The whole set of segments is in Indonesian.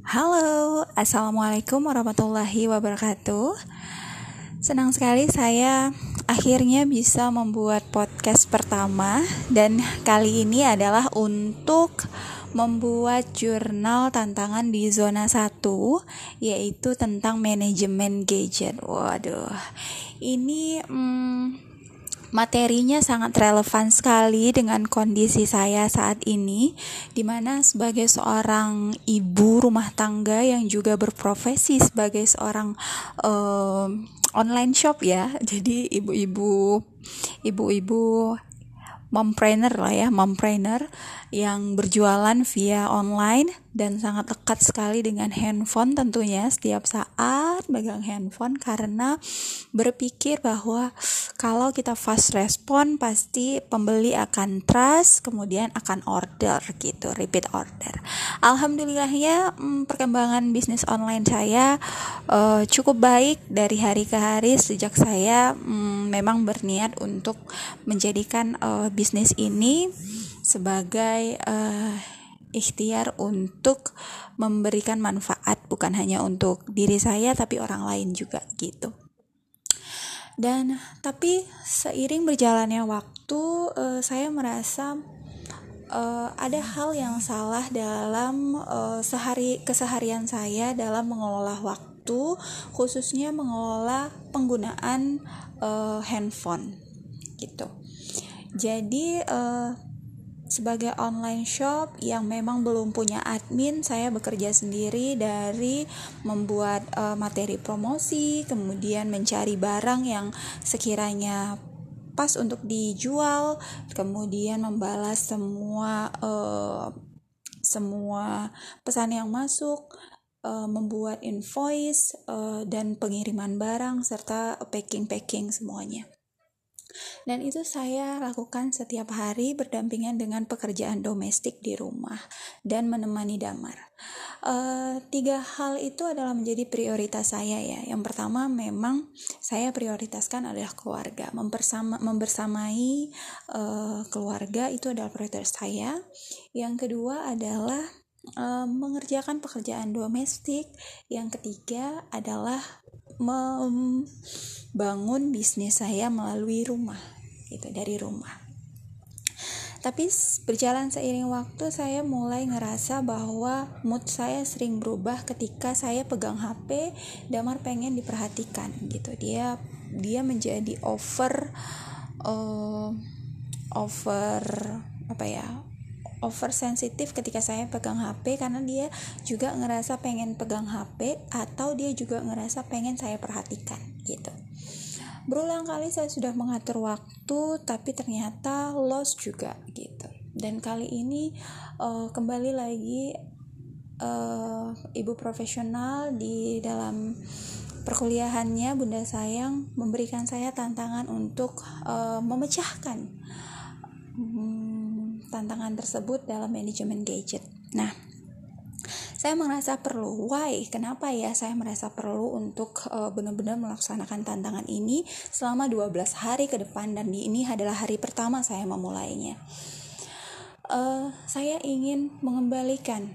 Halo, Assalamualaikum warahmatullahi wabarakatuh. Senang sekali saya akhirnya bisa membuat podcast pertama. Dan kali ini adalah untuk membuat jurnal tantangan di zona 1, yaitu tentang manajemen gadget. Waduh, ini materinya sangat relevan sekali dengan kondisi saya saat ini, di mana sebagai seorang ibu rumah tangga yang juga berprofesi sebagai seorang online shop ya. Jadi ibu-ibu mompreneur mompreneur yang berjualan via online dan sangat lekat sekali dengan handphone tentunya, setiap saat megang handphone karena berpikir bahwa kalau kita fast respon pasti pembeli akan trust, kemudian akan order gitu, repeat order. Alhamdulillahnya perkembangan bisnis online saya cukup baik dari hari ke hari sejak saya memang berniat untuk menjadikan bisnis ini sebagai ikhtiar untuk memberikan manfaat bukan hanya untuk diri saya tapi orang lain juga gitu. Dan tapi seiring berjalannya waktu saya merasa ada hal yang salah dalam keseharian saya dalam mengelola waktu, khususnya mengelola penggunaan handphone gitu. Jadi sebagai online shop yang memang belum punya admin, saya bekerja sendiri dari membuat materi promosi, kemudian mencari barang yang sekiranya pas untuk dijual, kemudian membalas semua pesan yang masuk, membuat invoice dan pengiriman barang serta packing semuanya. Dan itu saya lakukan setiap hari berdampingan dengan pekerjaan domestik di rumah dan menemani Damar. 3 hal itu adalah menjadi prioritas saya ya. Yang pertama memang saya prioritaskan adalah keluarga. Membersamai keluarga itu adalah prioritas saya. Yang kedua adalah mengerjakan pekerjaan domestik. Yang ketiga adalah membangun bisnis saya melalui rumah, gitu, dari rumah. Tapi berjalan seiring waktu saya mulai ngerasa bahwa mood saya sering berubah ketika saya pegang HP. Damar pengen diperhatikan gitu. Dia menjadi over sensitif ketika saya pegang HP, karena dia juga ngerasa pengen pegang HP atau dia juga ngerasa pengen saya perhatikan gitu. Berulang kali saya sudah mengatur waktu tapi ternyata lost juga gitu. Dan kali ini kembali lagi ibu profesional di dalam perkuliahannya, Bunda Sayang memberikan saya tantangan untuk memecahkan tantangan tersebut dalam manajemen gadget. Nah, saya merasa perlu. Kenapa ya saya merasa perlu untuk benar-benar melaksanakan tantangan ini selama 12 hari ke depan, dan ini adalah hari pertama saya memulainya. Saya ingin mengembalikan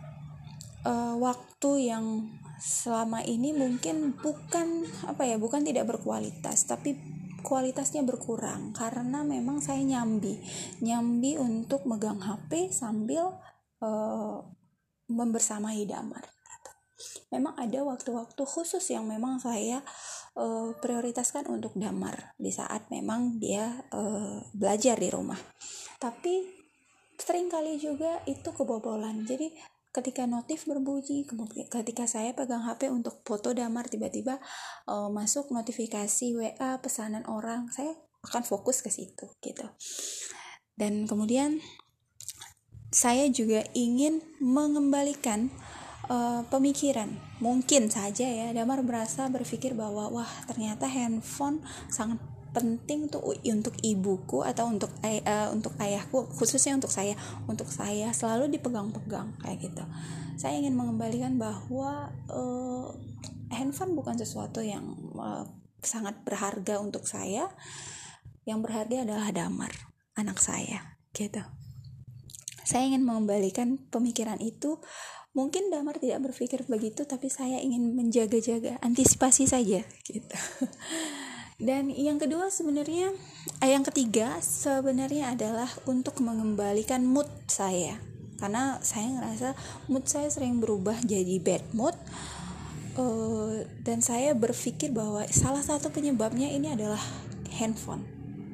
waktu yang selama ini mungkin bukan tidak berkualitas, tapi kualitasnya berkurang karena memang saya nyambi untuk megang HP sambil membersamai Damar. Memang ada waktu-waktu khusus yang memang saya prioritaskan untuk Damar di saat memang dia belajar di rumah. Tapi seringkali juga itu kebobolan. Jadi ketika notif berbunyi, ketika saya pegang HP untuk foto Damar, tiba-tiba masuk notifikasi WA pesanan orang, saya akan fokus ke situ gitu. Dan kemudian saya juga ingin mengembalikan pemikiran. Mungkin saja ya Damar berpikir bahwa wah, ternyata handphone sangat penting tuh untuk ibuku atau untuk ayahku, khususnya untuk saya selalu dipegang-pegang kayak gitu. Saya ingin mengembalikan bahwa handphone bukan sesuatu yang sangat berharga untuk saya. Yang berharga adalah Damar, anak saya gitu. Saya ingin mengembalikan pemikiran itu Mungkin Damar tidak berpikir begitu, tapi saya ingin menjaga-jaga, antisipasi saja gitu. Dan yang ketiga sebenarnya adalah untuk mengembalikan mood saya, karena saya ngerasa mood saya sering berubah jadi bad mood. Dan saya berpikir bahwa salah satu penyebabnya ini adalah handphone.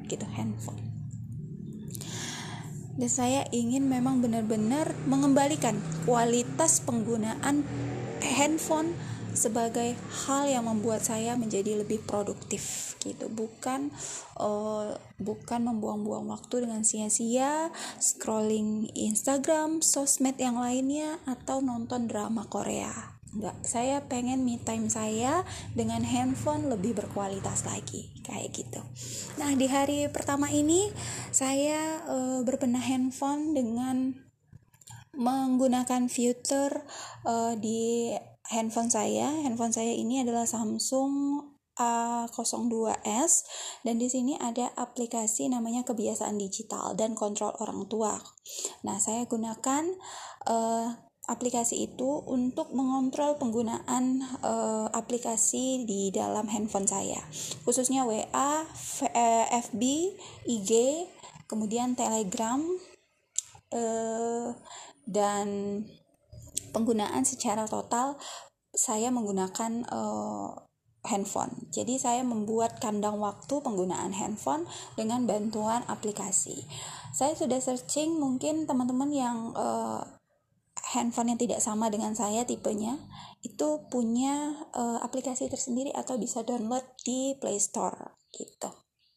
Dan saya ingin memang benar-benar mengembalikan kualitas penggunaan handphone sebagai hal yang membuat saya menjadi lebih produktif gitu, bukan membuang-buang waktu dengan sia-sia scrolling Instagram, sosmed yang lainnya, atau nonton drama Korea. Enggak, saya pengen me time saya dengan handphone lebih berkualitas lagi, kayak gitu. Nah, di hari pertama ini saya berbenah handphone dengan menggunakan fitur di handphone saya. Handphone saya ini adalah Samsung A02s, dan di sini ada aplikasi namanya kebiasaan digital dan kontrol orang tua. Nah, saya gunakan aplikasi itu untuk mengontrol penggunaan aplikasi di dalam handphone saya, khususnya WA, FB, IG, kemudian Telegram, dan penggunaan secara total saya menggunakan handphone. Jadi saya membuat kandang waktu penggunaan handphone dengan bantuan aplikasi. Saya sudah searching, mungkin teman-teman yang handphone yang tidak sama dengan saya tipenya itu punya aplikasi tersendiri atau bisa download di Play Store gitu.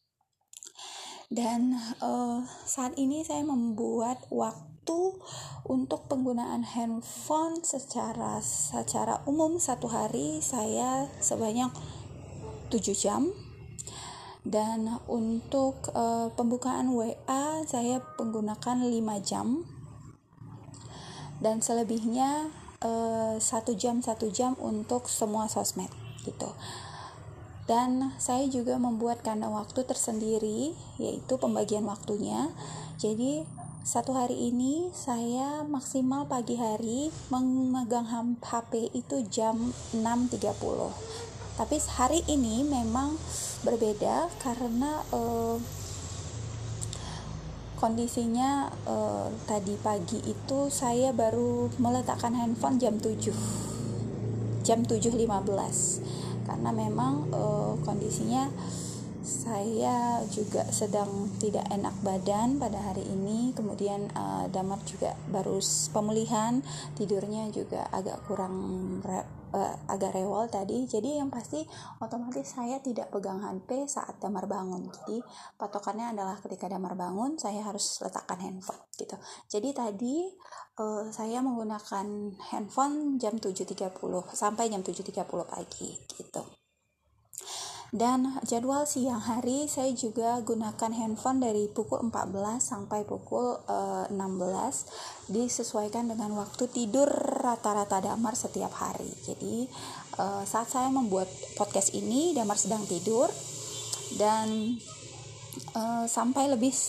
Dan saat ini saya membuat waktu untuk penggunaan handphone secara umum satu hari saya sebanyak 7 jam. Dan untuk pembukaan WA saya menggunakan 5 jam. Dan selebihnya 1 jam untuk semua sosmed gitu. Dan saya juga membuat kandang waktu tersendiri, yaitu pembagian waktunya. Jadi satu hari ini saya maksimal pagi hari memegang HP itu jam 6.30. Tapi hari ini memang berbeda karena kondisinya tadi pagi itu saya baru meletakkan handphone jam 7.15 karena memang kondisinya saya juga sedang tidak enak badan pada hari ini. Kemudian Damar juga baru pemulihan, tidurnya juga agak agak rewel tadi. Jadi yang pasti otomatis saya tidak pegang HP saat Damar bangun. Jadi patokannya adalah ketika Damar bangun saya harus letakkan handphone gitu. Jadi tadi saya menggunakan handphone jam 7.30 sampai jam 7.30 pagi gitu. Dan jadwal siang hari saya juga gunakan handphone dari pukul 14 sampai pukul 16, disesuaikan dengan waktu tidur rata-rata Damar setiap hari. Jadi saat saya membuat podcast ini Damar sedang tidur, dan sampai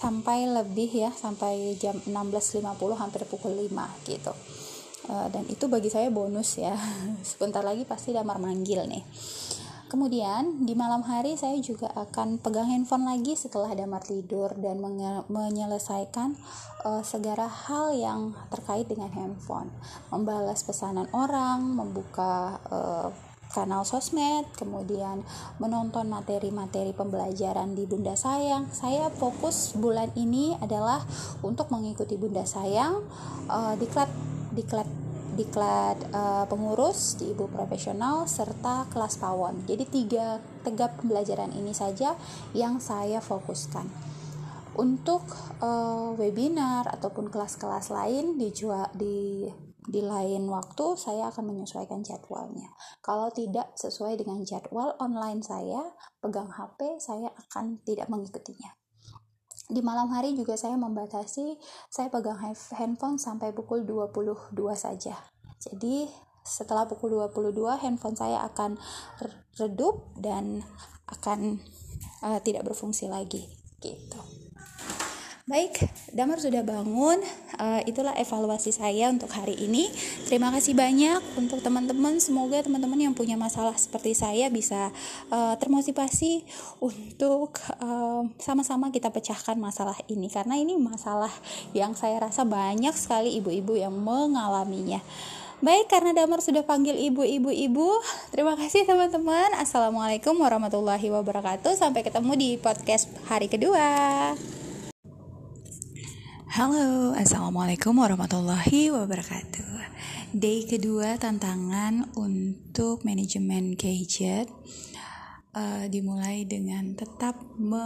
jam 16.50, hampir pukul 5 gitu. Dan itu bagi saya bonus ya. Sebentar lagi pasti Damar manggil nih. Kemudian di malam hari saya juga akan pegang handphone lagi setelah Damar tidur dan menyelesaikan segala hal yang terkait dengan handphone, membalas pesanan orang, membuka kanal sosmed, kemudian menonton materi-materi pembelajaran di Bunda Sayang. Saya fokus bulan ini adalah untuk mengikuti Bunda Sayang, diklat pengurus di Ibu Profesional serta kelas PAWON. Jadi 3 tegap pembelajaran ini saja yang saya fokuskan. Untuk webinar ataupun kelas-kelas lain di lain waktu saya akan menyesuaikan jadwalnya. Kalau tidak sesuai dengan jadwal online saya pegang HP, saya akan tidak mengikutinya. Di malam hari juga saya membatasi, saya pegang handphone sampai pukul 22 saja. Jadi setelah pukul 22 handphone saya akan redup dan akan tidak berfungsi lagi gitu. Baik, Damar sudah bangun. Itulah evaluasi saya untuk hari ini. Terima kasih banyak untuk teman-teman. Semoga teman-teman yang punya masalah seperti saya bisa termotivasi untuk sama-sama kita pecahkan masalah ini. Karena ini masalah yang saya rasa banyak sekali ibu-ibu yang mengalaminya. Baik, karena Damar sudah panggil ibu-ibu. Terima kasih teman-teman. Assalamualaikum warahmatullahi wabarakatuh. Sampai ketemu di podcast hari kedua. Halo, Assalamualaikum warahmatullahi wabarakatuh. Day kedua tantangan untuk manajemen gadget dimulai dengan tetap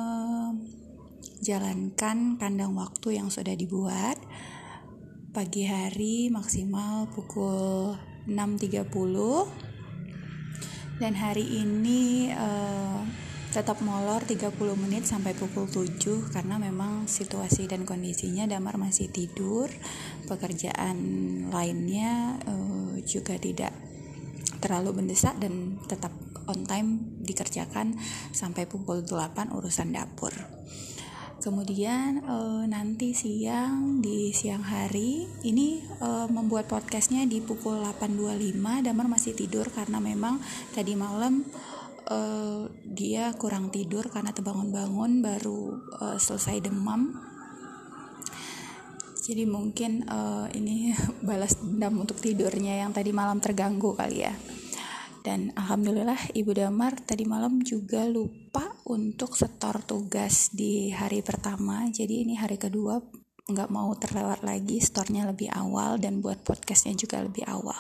menjalankan kandang waktu yang sudah dibuat. Pagi hari maksimal pukul 6.30 dan hari ini tetap molor 30 menit sampai pukul 7 karena memang situasi dan kondisinya Damar masih tidur. Pekerjaan lainnya juga tidak terlalu mendesak dan tetap on time dikerjakan sampai pukul 8 urusan dapur. Kemudian nanti di siang hari ini membuat podcastnya di pukul 8.25. Damar masih tidur karena memang tadi malam dia kurang tidur karena terbangun-bangun baru selesai demam. Jadi mungkin ini balas dendam untuk tidurnya yang tadi malam terganggu kali ya. Dan alhamdulillah Ibu Damar tadi malam juga lupa untuk setor tugas di hari pertama. Jadi ini hari kedua nggak mau terlewat lagi, setornya lebih awal dan buat podcastnya juga lebih awal.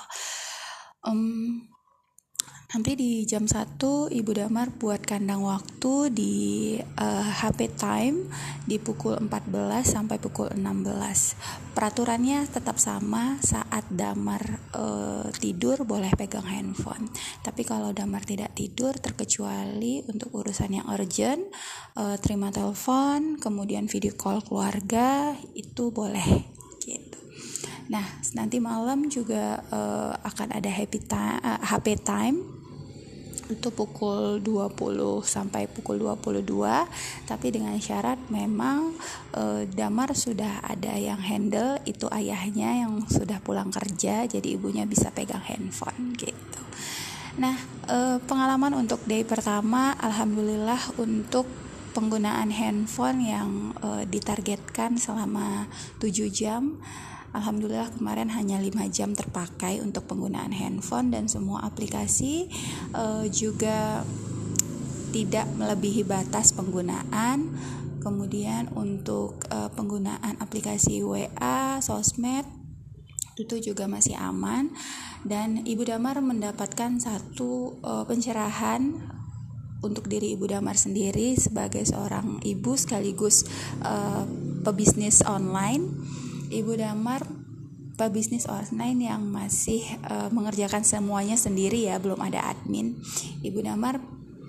Nanti di jam 1 Ibu Damar buat kandang waktu di HP time di pukul 14 sampai pukul 16. Peraturannya tetap sama, saat Damar tidur boleh pegang handphone. Tapi kalau Damar tidak tidur, terkecuali untuk urusan yang urgent, terima telepon, kemudian video call keluarga, itu boleh gitu. Nah, nanti malam juga akan ada HP time itu pukul 20 sampai pukul 22, tapi dengan syarat memang Damar sudah ada yang handle, itu ayahnya yang sudah pulang kerja, jadi ibunya bisa pegang handphone gitu. Nah, pengalaman untuk day pertama, alhamdulillah untuk penggunaan handphone yang ditargetkan selama 7 jam, alhamdulillah kemarin hanya 5 jam terpakai untuk penggunaan handphone, dan semua aplikasi juga tidak melebihi batas penggunaan. Kemudian untuk penggunaan aplikasi WA, sosmed itu juga masih aman, dan Ibu Damar mendapatkan satu pencerahan untuk diri Ibu Damar sendiri sebagai seorang ibu sekaligus pebisnis online. Ibu Damar pebisnis online yang masih mengerjakan semuanya sendiri ya, belum ada admin. Ibu Damar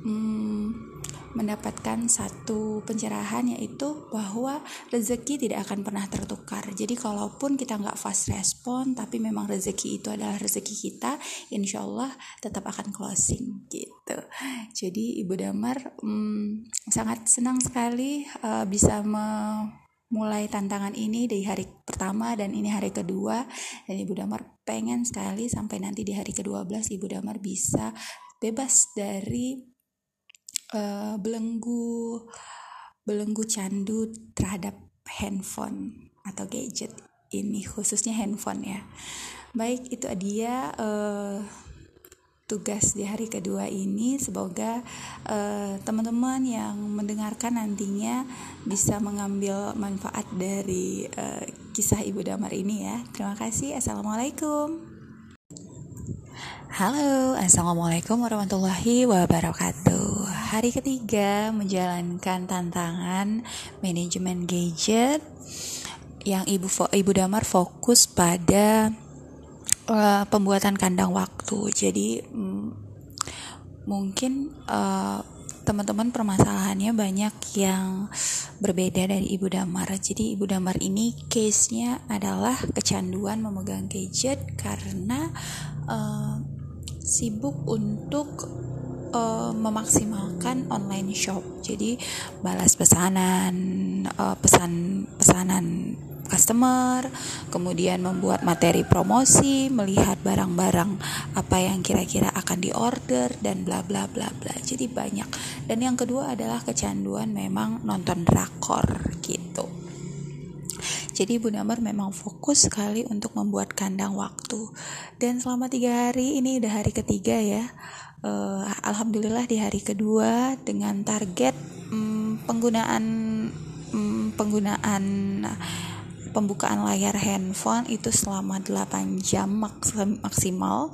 mendapatkan satu pencerahan, yaitu bahwa rezeki tidak akan pernah tertukar. Jadi kalaupun kita nggak fast respon, tapi memang rezeki itu adalah rezeki kita, insya Allah tetap akan closing gitu. Jadi Ibu Damar sangat senang sekali bisa mulai tantangan ini di hari pertama dan ini hari kedua, dan Ibu Damar pengen sekali sampai nanti di hari ke-12 Ibu Damar bisa bebas dari belenggu candu terhadap handphone atau gadget ini, khususnya handphone ya. Baik, itu dia tugas di hari kedua ini. Semoga teman-teman yang mendengarkan nantinya bisa mengambil manfaat dari kisah Ibu Damar ini ya. Terima kasih. Assalamualaikum. Halo, Assalamualaikum warahmatullahi wabarakatuh. Hari ketiga menjalankan tantangan manajemen gadget yang Ibu Damar fokus pada pembuatan kandang waktu. Jadi mungkin teman-teman permasalahannya banyak yang berbeda dari Ibu Damar. Jadi Ibu Damar ini case-nya adalah kecanduan memegang gadget karena sibuk untuk memaksimalkan online shop. Jadi balas pesanan customer, kemudian membuat materi promosi, melihat barang-barang apa yang kira-kira akan diorder dan bla bla bla bla. Jadi banyak. Dan yang kedua adalah kecanduan memang nonton drakor gitu. Jadi Ibu Damar memang fokus sekali untuk membuat kandang waktu. Dan selama 3 hari, ini udah hari ketiga ya. Alhamdulillah di hari kedua dengan target pembukaan layar handphone itu selama 8 jam maksimal.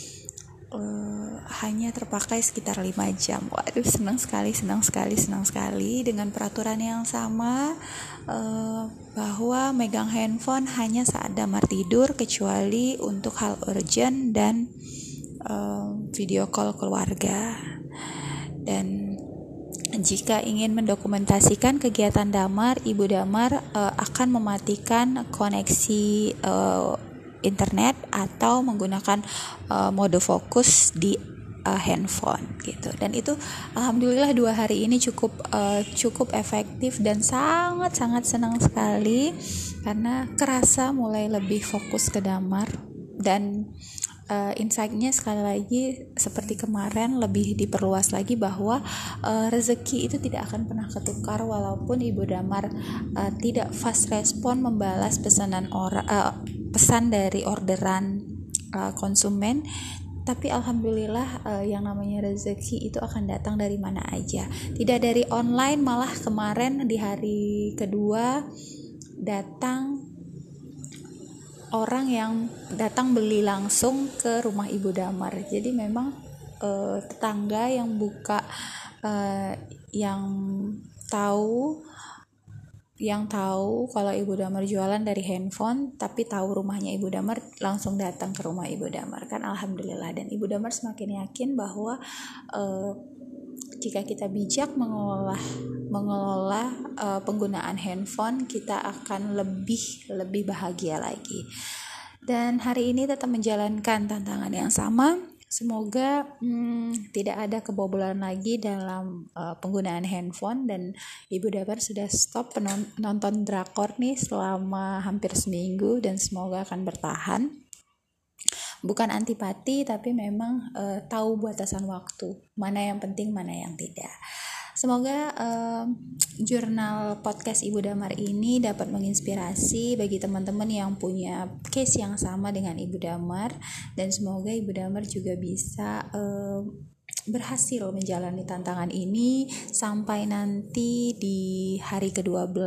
Hanya terpakai sekitar 5 jam. Waduh, senang sekali dengan peraturan yang sama, bahwa megang handphone hanya saat Damar tidur, kecuali untuk hal urgent dan video call keluarga. Dan jika ingin mendokumentasikan kegiatan Damar, Ibu Damar akan mematikan koneksi internet atau menggunakan mode fokus di handphone gitu. Dan itu alhamdulillah 2 hari ini cukup efektif dan sangat senang sekali karena kerasa mulai lebih fokus ke Damar. Dan insight-nya sekali lagi seperti kemarin lebih diperluas lagi bahwa rezeki itu tidak akan pernah ketukar walaupun Ibu Damar tidak fast respon membalas pesan dari orderan konsumen, tapi alhamdulillah yang namanya rezeki itu akan datang dari mana aja, tidak dari online. Malah kemarin di hari kedua datang orang yang datang beli langsung ke rumah Ibu Damar. Jadi memang tetangga yang buka yang tahu kalau Ibu Damar jualan dari handphone, tapi tahu rumahnya Ibu Damar, langsung datang ke rumah Ibu Damar, kan alhamdulillah. Dan Ibu Damar semakin yakin bahwa jika kita bijak mengelola penggunaan handphone, kita akan lebih bahagia lagi. Dan hari ini tetap menjalankan tantangan yang sama. Semoga tidak ada kebobolan lagi dalam penggunaan handphone, dan Ibu Damar sudah stop nonton drakor nih selama hampir seminggu, dan semoga akan bertahan. Bukan antipati, tapi memang tahu batasan waktu, mana yang penting, mana yang tidak. Semoga jurnal podcast Ibu Damar ini dapat menginspirasi bagi teman-teman yang punya case yang sama dengan Ibu Damar, dan semoga Ibu Damar juga bisa berhasil menjalani tantangan ini sampai nanti di hari ke-12.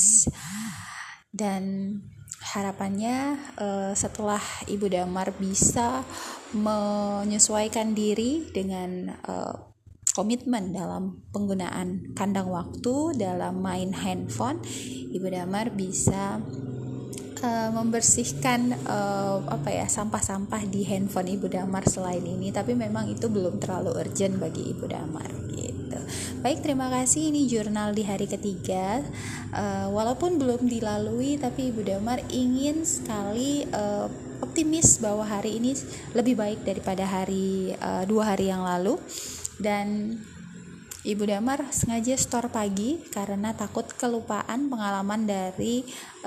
Dan harapannya setelah Ibu Damar bisa menyesuaikan diri dengan komitmen dalam penggunaan kandang waktu dalam main handphone, Ibu Damar bisa membersihkan sampah-sampah di handphone Ibu Damar selain ini. Tapi memang itu belum terlalu urgent bagi Ibu Damar gitu. Baik, terima kasih. Ini jurnal di hari ketiga. Walaupun belum dilalui, tapi Ibu Damar ingin sekali optimis bahwa hari ini lebih baik daripada 2 hari yang lalu. Dan Ibu Damar sengaja store pagi karena takut kelupaan pengalaman dari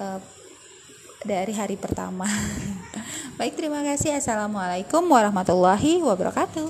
hari pertama. Baik, terima kasih. Assalamualaikum warahmatullahi wabarakatuh.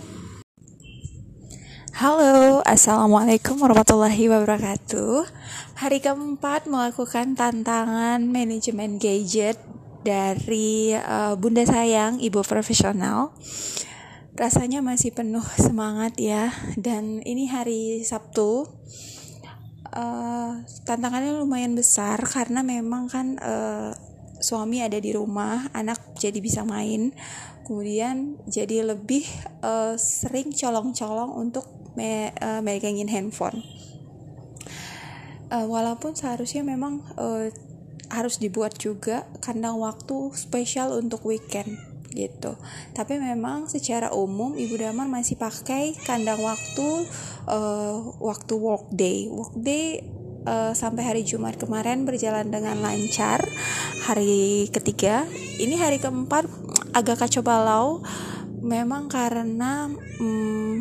Halo, assalamualaikum warahmatullahi wabarakatuh. Hari keempat melakukan tantangan manajemen gadget dari Bunda Sayang, Ibu Profesional. Rasanya masih penuh semangat ya. Dan ini hari Sabtu. Tantangannya lumayan besar karena memang kan suami ada di rumah, anak jadi bisa main, kemudian jadi lebih sering colong-colong untuk megangin handphone. Walaupun seharusnya memang harus dibuat juga kandang waktu spesial untuk weekend gitu, tapi memang secara umum Ibu Damar masih pakai kandang waktu workday sampai hari Jumat kemarin berjalan dengan lancar. Hari ketiga, ini hari keempat agak kacau balau memang karena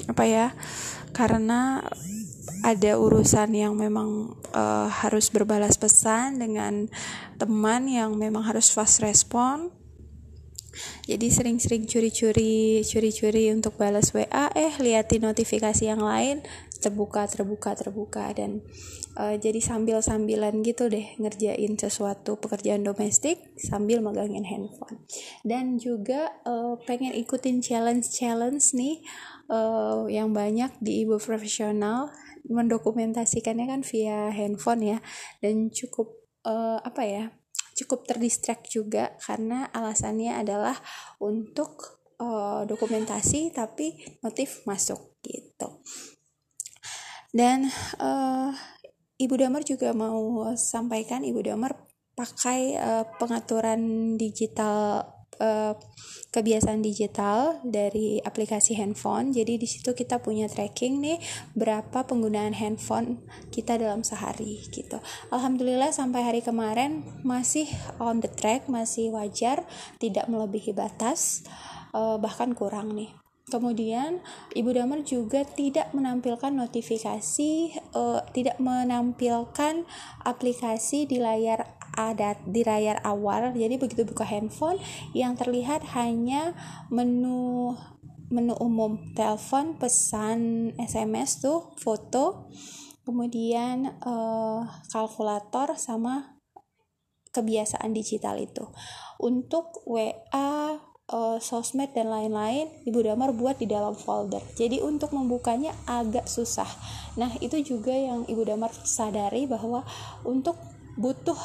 karena ada urusan yang memang harus berbalas pesan dengan teman yang memang harus fast respon. Jadi sering-sering curi-curi untuk balas WA, liatin notifikasi yang lain terbuka dan jadi sambil-sambilan gitu deh ngerjain sesuatu pekerjaan domestik sambil megangin handphone. Dan juga pengen ikutin challenge nih yang banyak di ibu profesional, mendokumentasikannya kan via handphone ya, dan cukup terdistract juga karena alasannya adalah untuk dokumentasi tapi notif masuk gitu. Dan Ibu Damar juga mau sampaikan, Ibu Damar pakai pengaturan digital, kebiasaan digital dari aplikasi handphone. Jadi di situ kita punya tracking nih berapa penggunaan handphone kita dalam sehari gitu. Alhamdulillah sampai hari kemarin masih on the track, masih wajar, tidak melebihi batas, bahkan kurang nih. Kemudian Ibu Damar juga tidak menampilkan notifikasi, tidak menampilkan aplikasi di layar awal. Jadi begitu buka handphone yang terlihat hanya menu umum, telepon, pesan, SMS tuh, foto, kemudian kalkulator sama kebiasaan digital itu. Untuk WA, sosmed dan lain-lain Ibu Damar buat di dalam folder. Jadi untuk membukanya agak susah. Nah, itu juga yang Ibu Damar sadari bahwa untuk butuh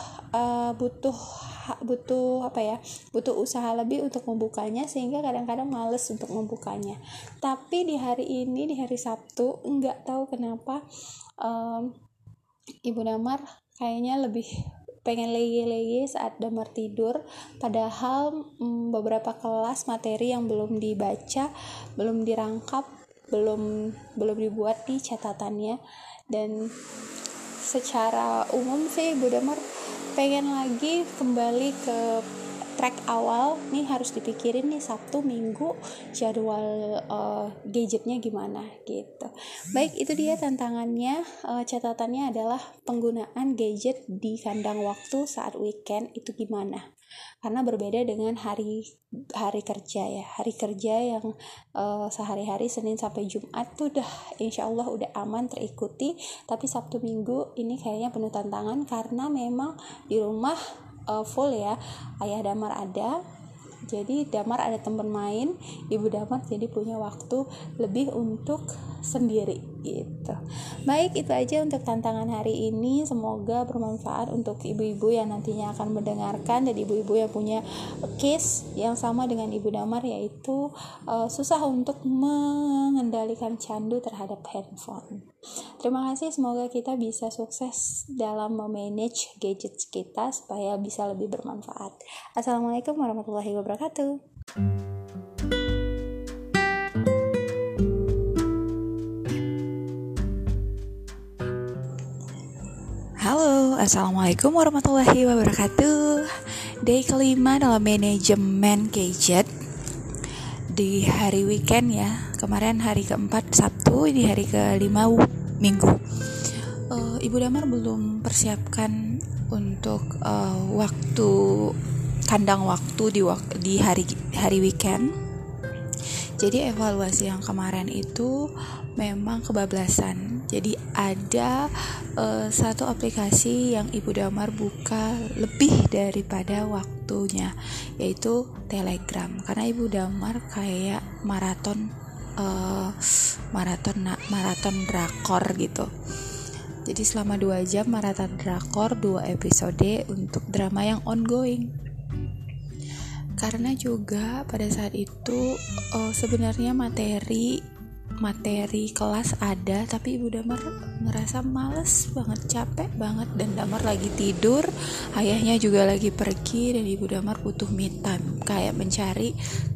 usaha lebih untuk membukanya, sehingga kadang-kadang males untuk membukanya. Tapi di hari ini, di hari Sabtu, nggak tahu kenapa Ibu Damar kayaknya lebih pengen leye-leye saat Damar tidur, padahal beberapa kelas materi yang belum dibaca, belum dirangkap, belum dibuat di catatannya. Dan secara umum sih Ibu Damar pengen lagi kembali ke track awal. Nih harus dipikirin nih Sabtu Minggu jadwal gadgetnya gimana gitu. Baik, itu dia tantangannya. Catatannya adalah penggunaan gadget di kandang waktu saat weekend itu gimana, karena berbeda dengan hari kerja ya. Hari kerja yang sehari-hari Senin sampai Jumat tuh insya Allah udah aman terikuti. Tapi Sabtu Minggu ini kayaknya penuh tantangan karena memang di rumah full ya, ayah Damar ada, jadi Damar ada teman main, Ibu Damar jadi punya waktu lebih untuk sendiri gitu. Baik, itu aja untuk tantangan hari ini. Semoga bermanfaat untuk ibu-ibu yang nantinya akan mendengarkan, dan ibu-ibu yang punya case yang sama dengan Ibu Damar, yaitu susah untuk mengendalikan candu terhadap handphone. Terima kasih, semoga kita bisa sukses dalam memanage gadget kita supaya bisa lebih bermanfaat. Assalamualaikum warahmatullahi wabarakatuh. Halo, assalamualaikum warahmatullahi wabarakatuh. Day kelima dalam manajemen gadget di hari weekend ya. Kemarin hari keempat Sabtu, ini hari kelima Minggu. Ibu Damar belum persiapkan untuk kandang waktu di hari weekend. Jadi evaluasi yang kemarin itu memang kebablasan. Jadi ada satu aplikasi yang Ibu Damar buka lebih daripada waktunya, yaitu Telegram. Karena Ibu Damar kayak maraton drakor gitu. Jadi selama 2 jam maraton drakor, 2 episode untuk drama yang ongoing. Karena juga pada saat itu sebenarnya materi kelas ada, tapi Ibu Damar ngerasa males banget, capek banget, dan Damar lagi tidur, ayahnya juga lagi pergi, dan Ibu Damar butuh me time, kayak mencari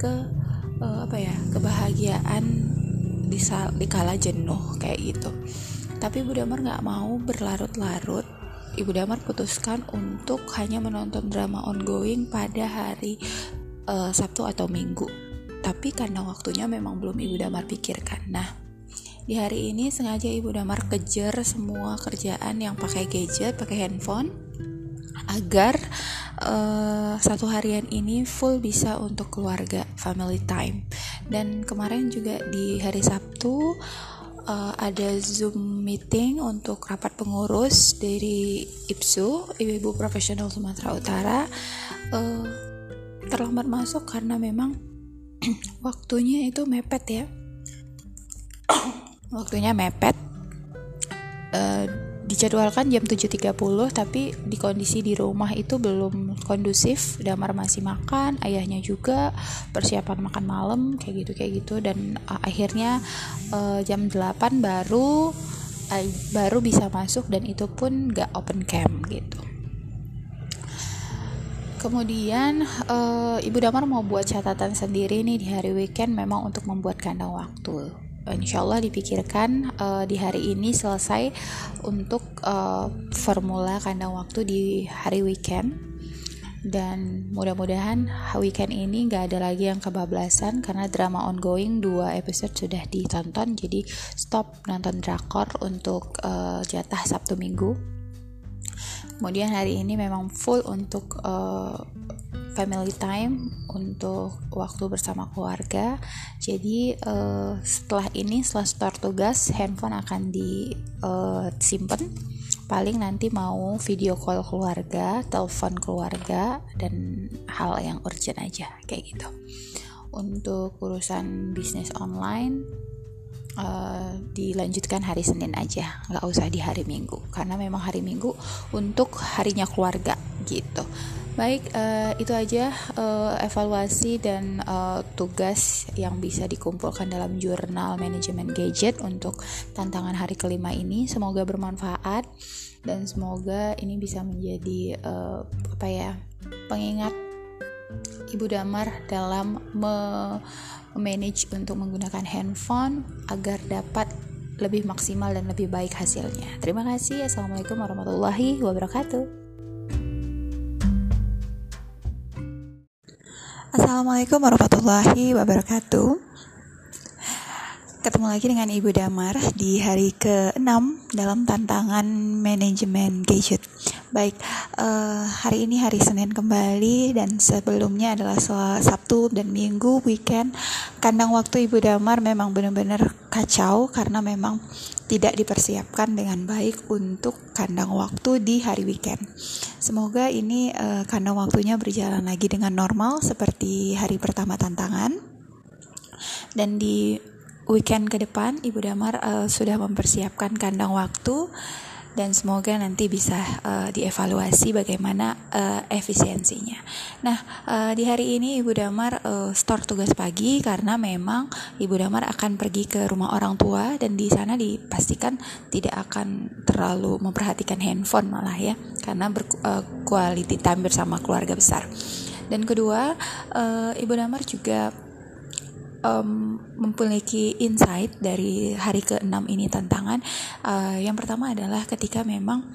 kebahagiaan di kala jenuh kayak gitu. Tapi Ibu Damar nggak mau berlarut-larut. Ibu Damar putuskan untuk hanya menonton drama ongoing pada hari Sabtu atau Minggu. Tapi karena waktunya memang belum Ibu Damar pikirkan. Nah, Di hari ini sengaja Ibu Damar kejar semua kerjaan yang pakai gadget, pakai handphone, agar satu harian ini full bisa untuk keluarga, family time. Dan kemarin juga di hari Sabtu ada Zoom meeting untuk rapat pengurus dari IPSU, Ibu-Ibu Profesional Sumatera Utara. Terlambat masuk karena memang waktunya itu mepet ya. Waktunya mepet. Dijadwalkan jam 7.30, tapi di kondisi di rumah itu belum kondusif. Damar masih makan, ayahnya juga persiapan makan malam kayak gitu dan akhirnya jam 8 baru bisa masuk, dan itu pun gak open cam gitu. Kemudian Ibu Damar mau buat catatan sendiri nih di hari weekend, memang untuk membuat kandang waktu. Insya Allah dipikirkan di hari ini selesai untuk formula kandang waktu di hari weekend, dan mudah-mudahan weekend ini gak ada lagi yang kebablasan karena drama ongoing 2 episode sudah ditonton, jadi stop nonton drakor untuk jatah Sabtu Minggu. Kemudian hari ini memang full untuk family time, untuk waktu bersama keluarga. Jadi setelah start tugas, handphone akan disimpan. Paling nanti mau video call keluarga, telepon keluarga, dan hal yang urgent aja kayak gitu. Untuk urusan bisnis online dilanjutkan hari Senin aja, nggak usah di hari Minggu, karena memang hari Minggu untuk harinya keluarga gitu. Baik, itu aja evaluasi dan tugas yang bisa dikumpulkan dalam jurnal manajemen gadget untuk tantangan hari kelima ini. Semoga bermanfaat dan semoga ini bisa menjadi pengingat Ibu Damar dalam manage untuk menggunakan handphone agar dapat lebih maksimal dan lebih baik hasilnya. Terima kasih. Assalamualaikum warahmatullahi wabarakatuh. Assalamualaikum warahmatullahi wabarakatuh. Ketemu lagi dengan Ibu Damar di hari ke-6 dalam tantangan manajemen gadget. Baik, hari ini hari Senin kembali, dan sebelumnya adalah Sabtu dan Minggu weekend. Kandang waktu Ibu Damar memang benar-benar kacau karena memang tidak dipersiapkan dengan baik untuk kandang waktu di hari weekend. Semoga ini kandang waktunya berjalan lagi dengan normal seperti hari pertama tantangan. Dan di weekend ke depan Ibu Damar sudah mempersiapkan kandang waktu, dan semoga nanti bisa dievaluasi bagaimana efisiensinya. Nah, di hari ini Ibu Damar store tugas pagi karena memang Ibu Damar akan pergi ke rumah orang tua, dan di sana dipastikan tidak akan terlalu memperhatikan handphone malah ya, karena quality time bersama keluarga besar. Dan kedua, Ibu Damar juga memiliki insight dari hari ke-6 ini tantangan. Yang pertama adalah ketika memang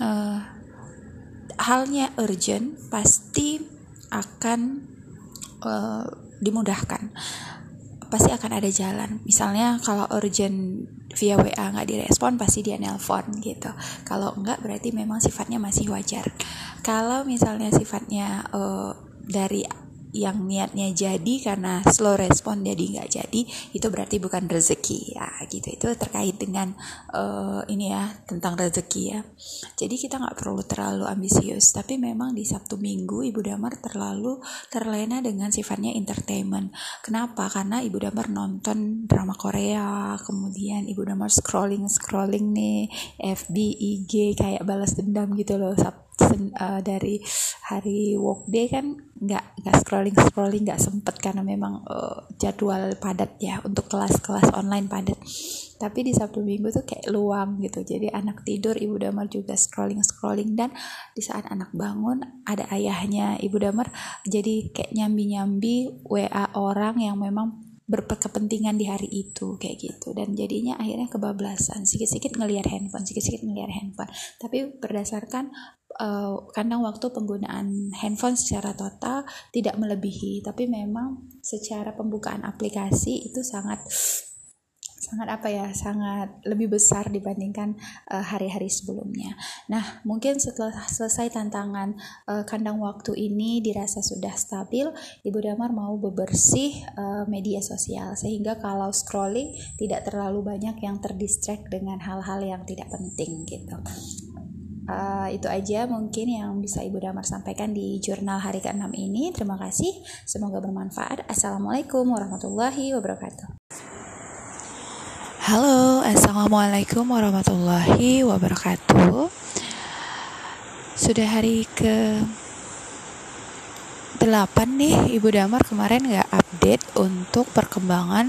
halnya urgent pasti akan dimudahkan, pasti akan ada jalan. Misalnya kalau urgent via WA nggak direspon, pasti dia nelpon gitu. Kalau enggak, berarti memang sifatnya masih wajar. Kalau misalnya sifatnya dari yang niatnya jadi karena slow respon jadi nggak jadi, itu berarti bukan rezeki ya gitu. Itu terkait dengan ini ya, tentang rezeki ya. Jadi kita nggak perlu terlalu ambisius, tapi memang di Sabtu Minggu Ibu Damar terlalu terlena dengan sifatnya entertainment. Kenapa? Karena Ibu Damar nonton drama Korea, kemudian Ibu Damar scrolling nih FB, IG kayak balas dendam gitu loh. Dari hari workday kan nggak scrolling nggak sempet karena memang jadwal padat ya, untuk kelas online padat. Tapi di Sabtu Minggu tuh kayak luang gitu, jadi anak tidur Ibu Damar juga scrolling, dan di saat anak bangun ada ayahnya Ibu Damar jadi kayak nyambi WA orang yang memang berkepentingan di hari itu kayak gitu, dan jadinya akhirnya kebablasan, sikit-sikit ngelihat handphone. Tapi berdasarkan kandang waktu penggunaan handphone secara total tidak melebihi, tapi memang secara pembukaan aplikasi itu sangat sangat lebih besar dibandingkan hari-hari sebelumnya. Nah, mungkin setelah selesai tantangan kandang waktu ini dirasa sudah stabil, Ibu Damar mau bebersih media sosial sehingga kalau scrolling tidak terlalu banyak yang terdistract dengan hal-hal yang tidak penting gitu. Itu aja mungkin yang bisa Ibu Damar sampaikan di jurnal hari ke-6 ini. Terima kasih, semoga bermanfaat. Assalamualaikum warahmatullahi wabarakatuh. Halo, assalamualaikum warahmatullahi wabarakatuh. Sudah hari ke-8 nih, Ibu Damar kemarin nggak update untuk perkembangan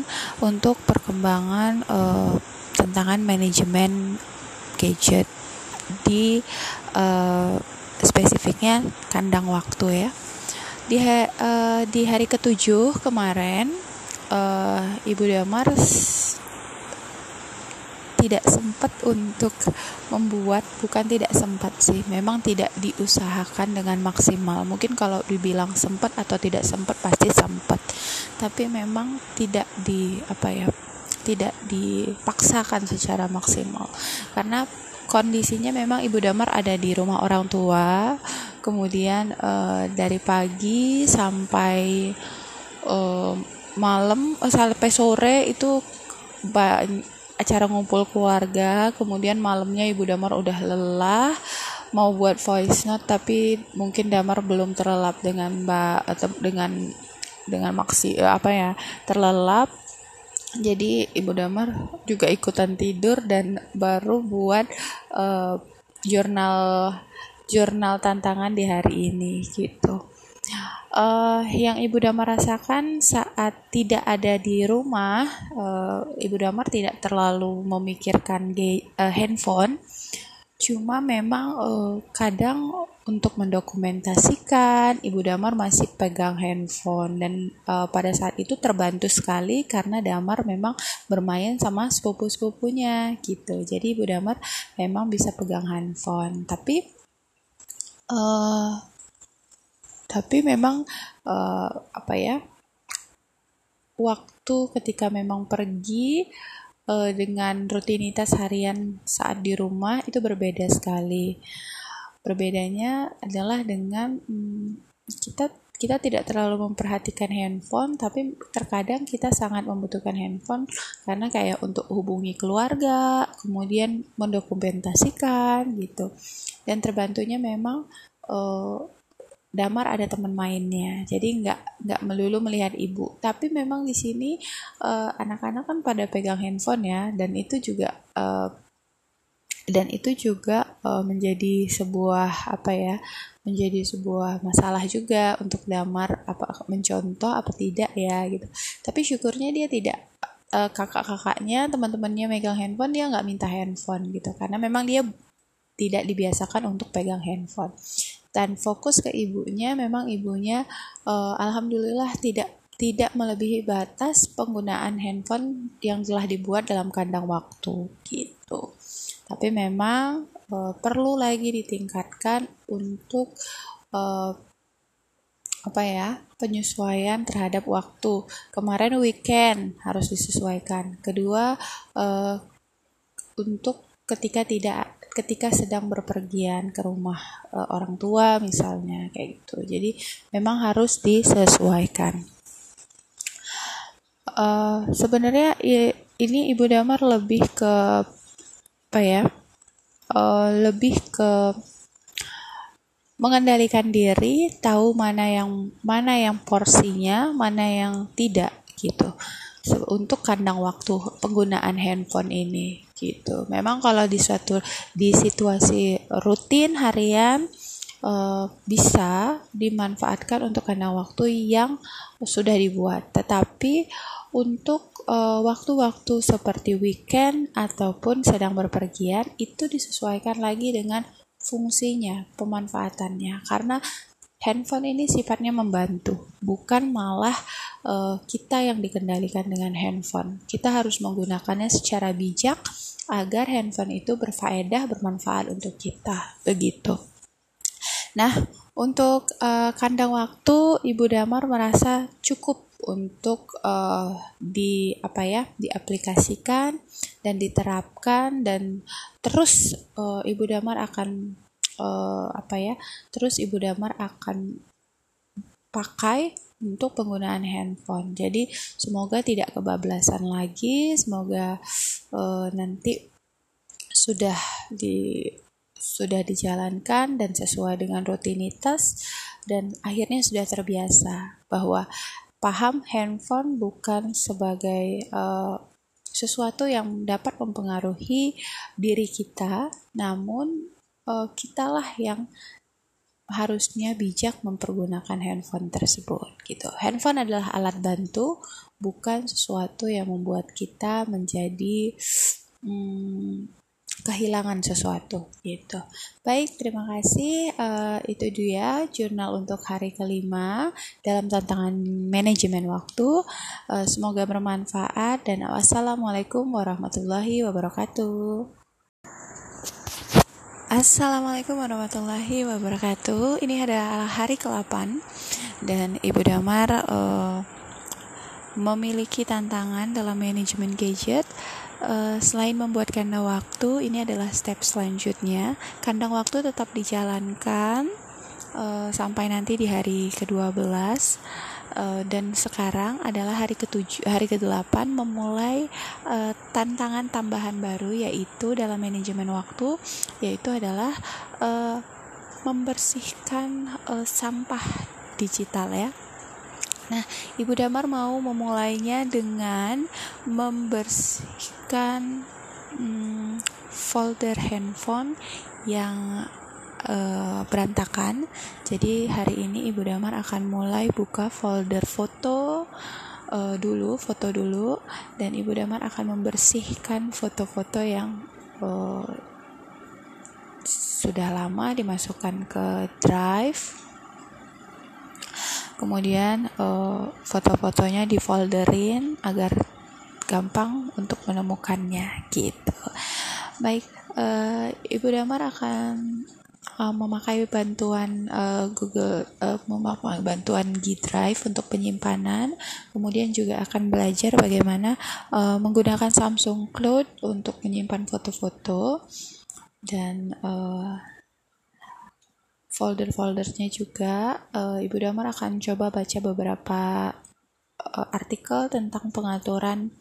tantangan manajemen gadget di spesifiknya kandang waktu ya. Di hari ke-7 kemarin, Ibu Damar tidak sempat untuk membuat, bukan tidak sempat sih, memang tidak diusahakan dengan maksimal. Mungkin kalau dibilang sempat atau tidak sempat pasti sempat, tapi memang tidak dipaksakan secara maksimal karena kondisinya memang Ibu Damar ada di rumah orang tua, kemudian dari pagi sampai malam sampai sore itu acara ngumpul keluarga, kemudian malamnya Ibu Damar udah lelah mau buat voice note tapi mungkin Damar belum terlelap terlelap. Jadi Ibu Damar juga ikutan tidur dan baru buat jurnal tantangan di hari ini gitu. Yang Ibu Damar rasakan saat tidak ada di rumah, Ibu Damar tidak terlalu memikirkan handphone, cuma memang kadang untuk mendokumentasikan Ibu Damar masih pegang handphone dan pada saat itu terbantu sekali karena Damar memang bermain sama sepupu-sepupunya gitu. Jadi Ibu Damar memang bisa pegang handphone, tapi memang waktu ketika memang pergi dengan rutinitas harian saat di rumah itu berbeda sekali. Berbedanya adalah dengan kita tidak terlalu memperhatikan handphone, tapi terkadang kita sangat membutuhkan handphone karena kayak untuk hubungi keluarga, kemudian mendokumentasikan gitu. Dan terbantunya memang Damar ada teman mainnya, jadi nggak melulu melihat ibu. Tapi memang di sini anak-anak kan pada pegang handphone ya, dan itu juga menjadi sebuah masalah juga untuk Damar, apa mencontoh apa tidak ya gitu. Tapi syukurnya dia tidak, kakak-kakaknya, teman-temannya megang handphone, dia nggak minta handphone gitu, karena memang dia tidak dibiasakan untuk pegang handphone. Dan fokus ke ibunya, memang ibunya alhamdulillah tidak melebihi batas penggunaan handphone yang telah dibuat dalam kandang waktu gitu. Tapi memang perlu lagi ditingkatkan untuk penyesuaian terhadap waktu. Kemarin weekend harus disesuaikan. Kedua, untuk ketika sedang berpergian ke rumah orang tua misalnya kayak gitu. Jadi memang harus disesuaikan. Sebenarnya ini Ibu Damar lebih ke mengendalikan diri, tahu mana yang porsinya, mana yang tidak gitu. Untuk kandang waktu penggunaan handphone ini gitu. Memang kalau di situasi rutin harian bisa dimanfaatkan untuk kandang waktu yang sudah dibuat. Tetapi untuk waktu-waktu seperti weekend ataupun sedang berpergian itu disesuaikan lagi dengan fungsinya, pemanfaatannya. Karena handphone ini sifatnya membantu, bukan malah kita yang dikendalikan dengan handphone. Kita harus menggunakannya secara bijak agar handphone itu berfaedah, bermanfaat untuk kita, begitu. Nah, untuk kandang waktu Ibu Damar merasa cukup untuk diaplikasikan dan diterapkan, dan terus Ibu Damar akan pakai untuk penggunaan handphone. Jadi semoga tidak kebablasan lagi, semoga nanti sudah dijalankan dan sesuai dengan rutinitas, dan akhirnya sudah terbiasa bahwa paham handphone bukan sebagai sesuatu yang dapat mempengaruhi diri kita, namun kitalah yang harusnya bijak mempergunakan handphone tersebut gitu. Handphone adalah alat bantu, bukan sesuatu yang membuat kita menjadi kehilangan sesuatu gitu. Baik, terima kasih. Itu dia jurnal untuk hari kelima dalam tantangan manajemen waktu. Semoga bermanfaat, dan wassalamualaikum warahmatullahi wabarakatuh. Assalamualaikum warahmatullahi wabarakatuh. Ini adalah hari ke-8 dan Ibu Damar memiliki tantangan dalam manajemen gadget. Selain membuat kandang waktu, ini adalah step selanjutnya. Kandang waktu tetap dijalankan sampai nanti di hari ke-12. Dan sekarang adalah hari ke-8 memulai tantangan tambahan baru, yaitu dalam manajemen waktu, yaitu adalah membersihkan sampah digital ya. Nah, Ibu Damar mau memulainya dengan membersihkan folder handphone yang berantakan. Jadi hari ini Ibu Damar akan mulai buka folder foto dulu, dan Ibu Damar akan membersihkan foto-foto yang sudah lama dimasukkan ke drive. Kemudian foto-fotonya difolderin agar gampang untuk menemukannya gitu. Baik, Ibu Damar akan memakai bantuan bantuan G Drive untuk penyimpanan. Kemudian juga akan belajar bagaimana menggunakan Samsung Cloud untuk menyimpan foto-foto, dan folder-foldernya juga. Ibu Damar akan coba baca beberapa artikel tentang pengaturan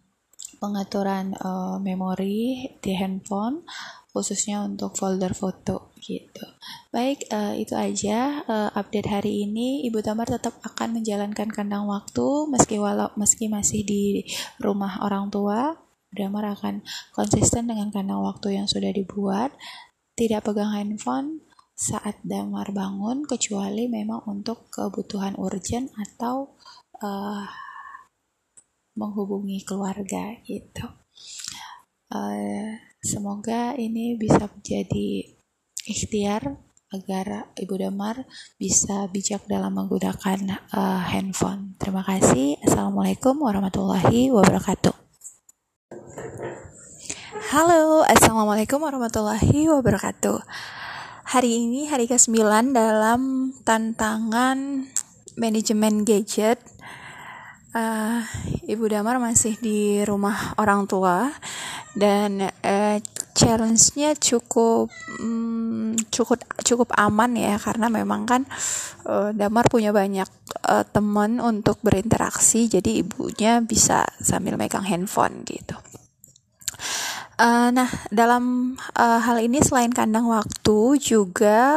memori di handphone, khususnya untuk folder foto gitu. Baik, itu aja update hari ini. Ibu Damar tetap akan menjalankan kandang waktu meski masih di rumah orang tua. Ibu Damar akan konsisten dengan kandang waktu yang sudah dibuat, tidak pegang handphone saat Damar bangun, kecuali memang untuk kebutuhan urgent atau menghubungi keluarga gitu. Semoga ini bisa menjadi ikhtiar agar Ibu Damar bisa bijak dalam menggunakan handphone. Terima kasih. Assalamualaikum warahmatullahi wabarakatuh. Halo, assalamualaikum warahmatullahi wabarakatuh. Hari ini hari ke-9 dalam tantangan manajemen gadget. Ibu Damar masih di rumah orang tua, dan challenge-nya cukup aman ya, karena memang kan Damar punya banyak teman untuk berinteraksi, jadi ibunya bisa sambil megang handphone gitu. Nah, dalam hal ini selain kandang waktu juga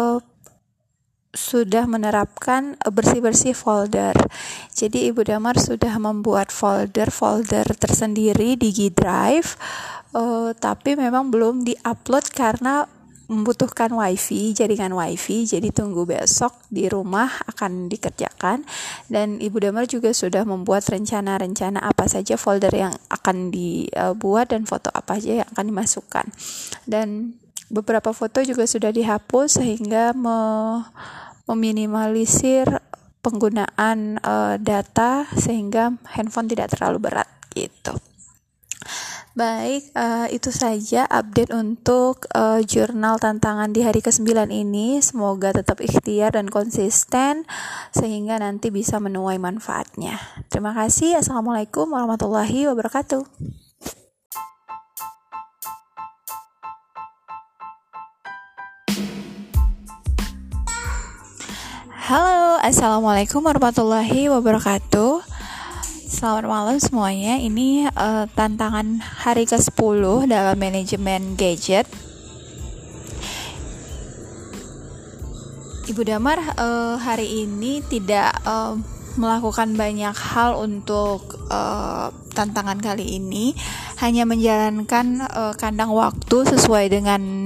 sudah menerapkan bersih-bersih folder. Jadi Ibu Damar sudah membuat folder tersendiri di G Drive, tapi memang belum di-upload karena membutuhkan jaringan wifi, jadi tunggu besok di rumah akan dikerjakan. Dan Ibu Damar juga sudah membuat rencana-rencana apa saja folder yang akan dibuat dan foto apa saja yang akan dimasukkan. Dan beberapa foto juga sudah dihapus sehingga meminimalisir penggunaan data, sehingga handphone tidak terlalu berat gitu. Baik, itu saja update untuk jurnal tantangan di hari ke-9 ini. Semoga tetap ikhtiar dan konsisten sehingga nanti bisa menuai manfaatnya. Terima kasih. Assalamualaikum warahmatullahi wabarakatuh. Halo, assalamualaikum warahmatullahi wabarakatuh. Selamat malam semuanya. Ini tantangan hari ke-10 dalam manajemen gadget. Ibu Damar hari ini tidak melakukan banyak hal untuk tantangan kali ini, hanya menjalankan kandang waktu sesuai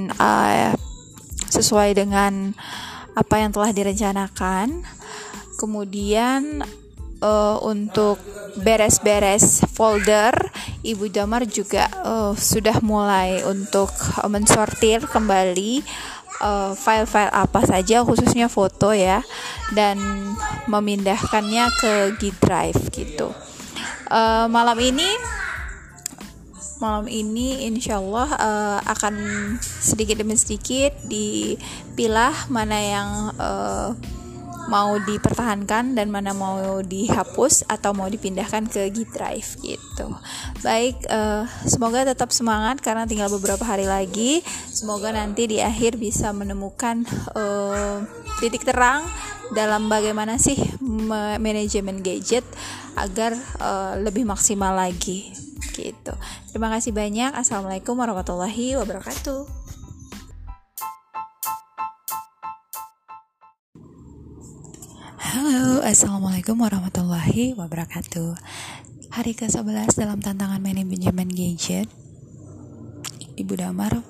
dengan apa yang telah direncanakan. Kemudian untuk beres-beres folder, Ibu Damar juga sudah mulai untuk mensortir kembali file-file apa saja, khususnya foto ya, dan memindahkannya ke G Drive gitu. Malam ini insya Allah akan sedikit demi sedikit dipilah mana yang mau dipertahankan dan mana mau dihapus atau mau dipindahkan ke G Drive gitu. Baik, semoga tetap semangat karena tinggal beberapa hari lagi. Semoga nanti di akhir bisa menemukan titik terang dalam bagaimana sih manajemen gadget agar lebih maksimal lagi gitu. Terima kasih banyak. Assalamualaikum warahmatullahi wabarakatuh. Halo, Assalamualaikum warahmatullahi wabarakatuh. Hari ke-11 dalam tantangan manajemen gadget, Ibu Damar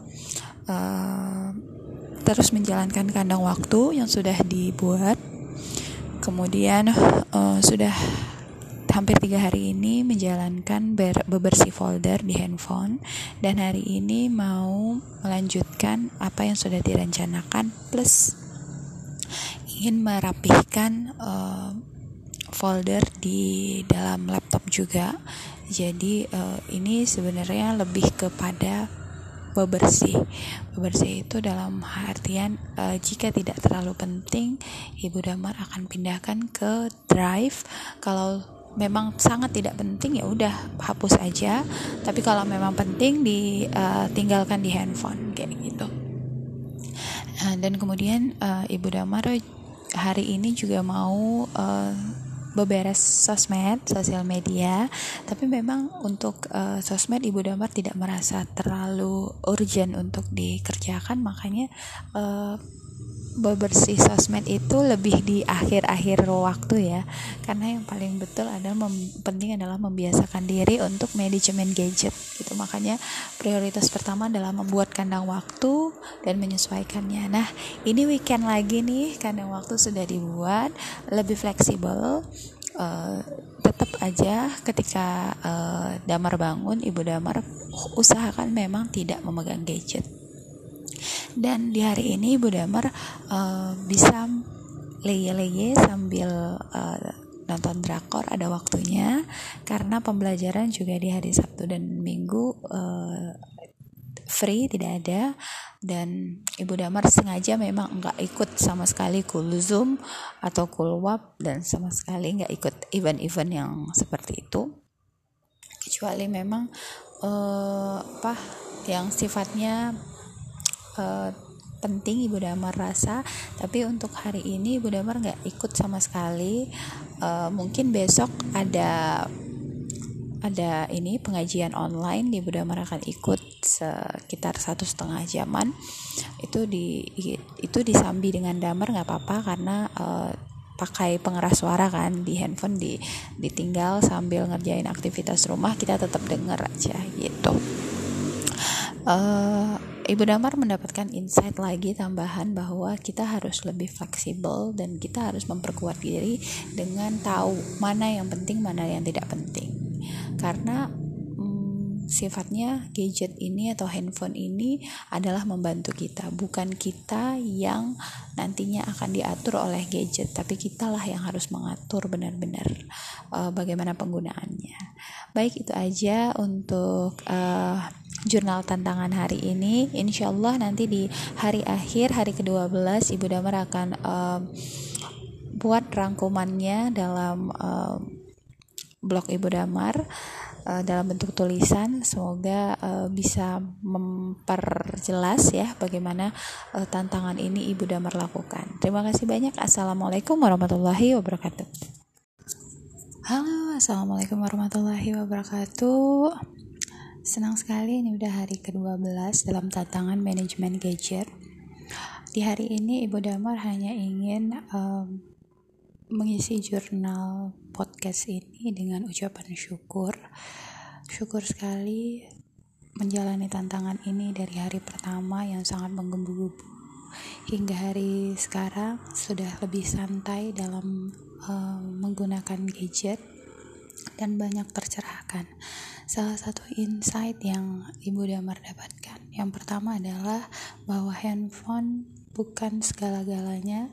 terus menjalankan kandang waktu yang sudah dibuat. Kemudian sudah hampir 3 hari ini menjalankan bebersih folder di handphone, dan hari ini mau melanjutkan apa yang sudah direncanakan plus ingin merapihkan folder di dalam laptop juga. Jadi ini sebenarnya lebih kepada bebersih itu dalam artian jika tidak terlalu penting, Ibu Damar akan pindahkan ke drive. Kalau memang sangat tidak penting ya udah hapus aja, tapi kalau memang penting ditinggalkan di handphone kayak gitu. Dan kemudian Ibu Damar hari ini juga mau beberes sosial media, tapi memang untuk sosmed Ibu Damar tidak merasa terlalu urgent untuk dikerjakan, makanya bebersih sosmed itu lebih di akhir-akhir waktu ya, karena yang paling betul adalah penting adalah membiasakan diri untuk manajemen gadget gitu. Makanya prioritas pertama adalah membuat kandang waktu dan menyesuaikannya. Nah, ini weekend lagi nih, kandang waktu sudah dibuat, lebih fleksibel. Tetap aja ketika Damar bangun, Ibu Damar usahakan memang tidak memegang gadget. Dan di hari ini Ibu Damar bisa leye-leye sambil nonton drakor, ada waktunya, karena pembelajaran juga di hari Sabtu dan Minggu free, tidak ada. Dan Ibu Damar sengaja memang nggak ikut sama sekali cool Zoom atau cool WAP, dan sama sekali nggak ikut event-event yang seperti itu, kecuali memang yang sifatnya penting Ibu Damar rasa. Tapi untuk hari ini Ibu Damar nggak ikut sama sekali. Mungkin besok ada ini pengajian online, Ibu Damar akan ikut sekitar 1,5 jaman. Itu disambi dengan Damar nggak apa-apa, karena pakai pengeras suara kan di handphone, ditinggal sambil ngerjain aktivitas rumah, kita tetap denger aja gitu. Ibu Damar mendapatkan insight lagi tambahan bahwa kita harus lebih fleksibel dan kita harus memperkuat diri dengan tahu mana yang penting, mana yang tidak penting. Karena sifatnya gadget ini atau handphone ini adalah membantu kita, bukan kita yang nantinya akan diatur oleh gadget, tapi kitalah yang harus mengatur benar-benar bagaimana penggunaannya. Baik, itu aja untuk jurnal tantangan hari ini. Insyaallah nanti di hari akhir, hari ke-12, Ibu Damar akan buat rangkumannya dalam blog Ibu Damar dalam bentuk tulisan. Semoga bisa memperjelas ya bagaimana tantangan ini Ibu Damar lakukan. Terima kasih banyak. Assalamualaikum warahmatullahi wabarakatuh. Halo, assalamualaikum warahmatullahi wabarakatuh. Senang sekali, ini udah hari ke-12 dalam tantangan manajemen gadget. Di hari ini Ibu Damar hanya ingin mengisi jurnal podcast ini dengan ucapan syukur sekali menjalani tantangan ini dari hari pertama yang sangat menggebu-gebu hingga hari sekarang sudah lebih santai dalam menggunakan gadget dan banyak tercerahkan. Salah satu insight yang Ibu Damar dapatkan, yang pertama adalah bahwa handphone bukan segala-galanya.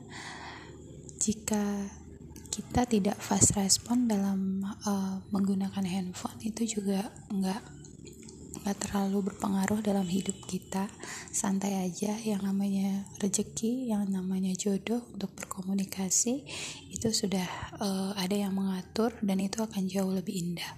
Jika kita tidak fast respon dalam menggunakan handphone, itu juga nggak terlalu berpengaruh dalam hidup kita. Santai aja, yang namanya rezeki, yang namanya jodoh untuk berkomunikasi itu sudah ada yang mengatur, dan itu akan jauh lebih indah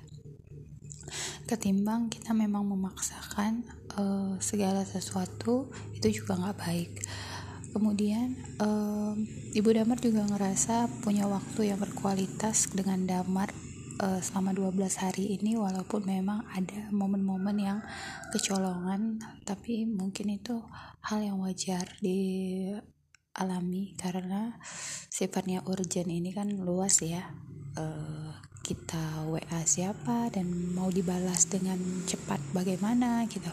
ketimbang kita memang memaksakan segala sesuatu. Itu juga nggak baik. Kemudian Ibu Damar juga ngerasa punya waktu yang berkualitas dengan Damar selama 12 hari ini, walaupun memang ada momen-momen yang kecolongan, tapi mungkin itu hal yang wajar dialami karena sifatnya urgent ini kan luas ya. Kita WA siapa dan mau dibalas dengan cepat bagaimana gitu.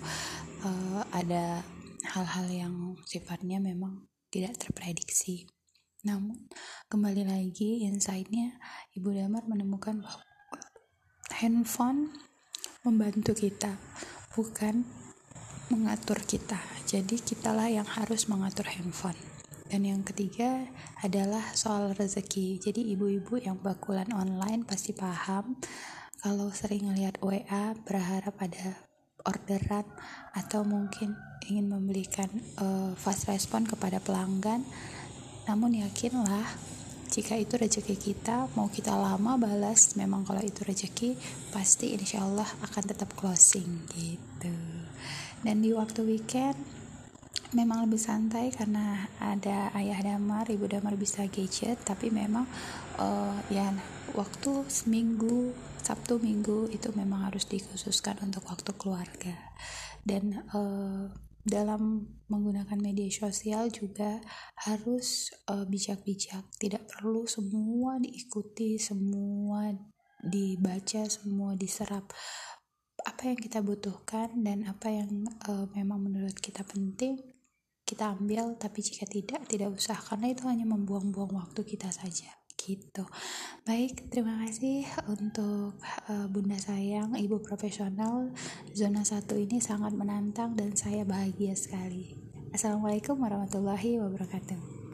Ada hal-hal yang sifatnya memang tidak terprediksi. Namun kembali lagi insight-nya, Ibu Damar menemukan bahwa handphone membantu kita, bukan mengatur kita. Jadi kitalah yang harus mengatur handphone. Dan yang ketiga adalah soal rezeki. Jadi ibu-ibu yang bakulan online pasti paham kalau sering ngelihat WA berharap ada orderan atau mungkin ingin memberikan fast respon kepada pelanggan. Namun yakinlah, jika itu rezeki kita, mau kita lama balas, memang kalau itu rezeki pasti insyaallah akan tetap closing gitu. Dan di waktu weekend memang lebih santai karena ada ayah Damar, Ibu Damar bisa gadget, tapi memang ya waktu seminggu, Sabtu Minggu itu memang harus dikhususkan untuk waktu keluarga. Dan dalam menggunakan media sosial juga harus bijak-bijak, tidak perlu semua diikuti, semua dibaca, semua diserap. Apa yang kita butuhkan dan apa yang memang menurut kita penting kita ambil, tapi jika tidak usah, karena itu hanya membuang-buang waktu kita saja gitu. Baik, terima kasih untuk Bunda sayang, Ibu profesional. Zona 1 ini sangat menantang dan saya bahagia sekali. Assalamualaikum warahmatullahi wabarakatuh.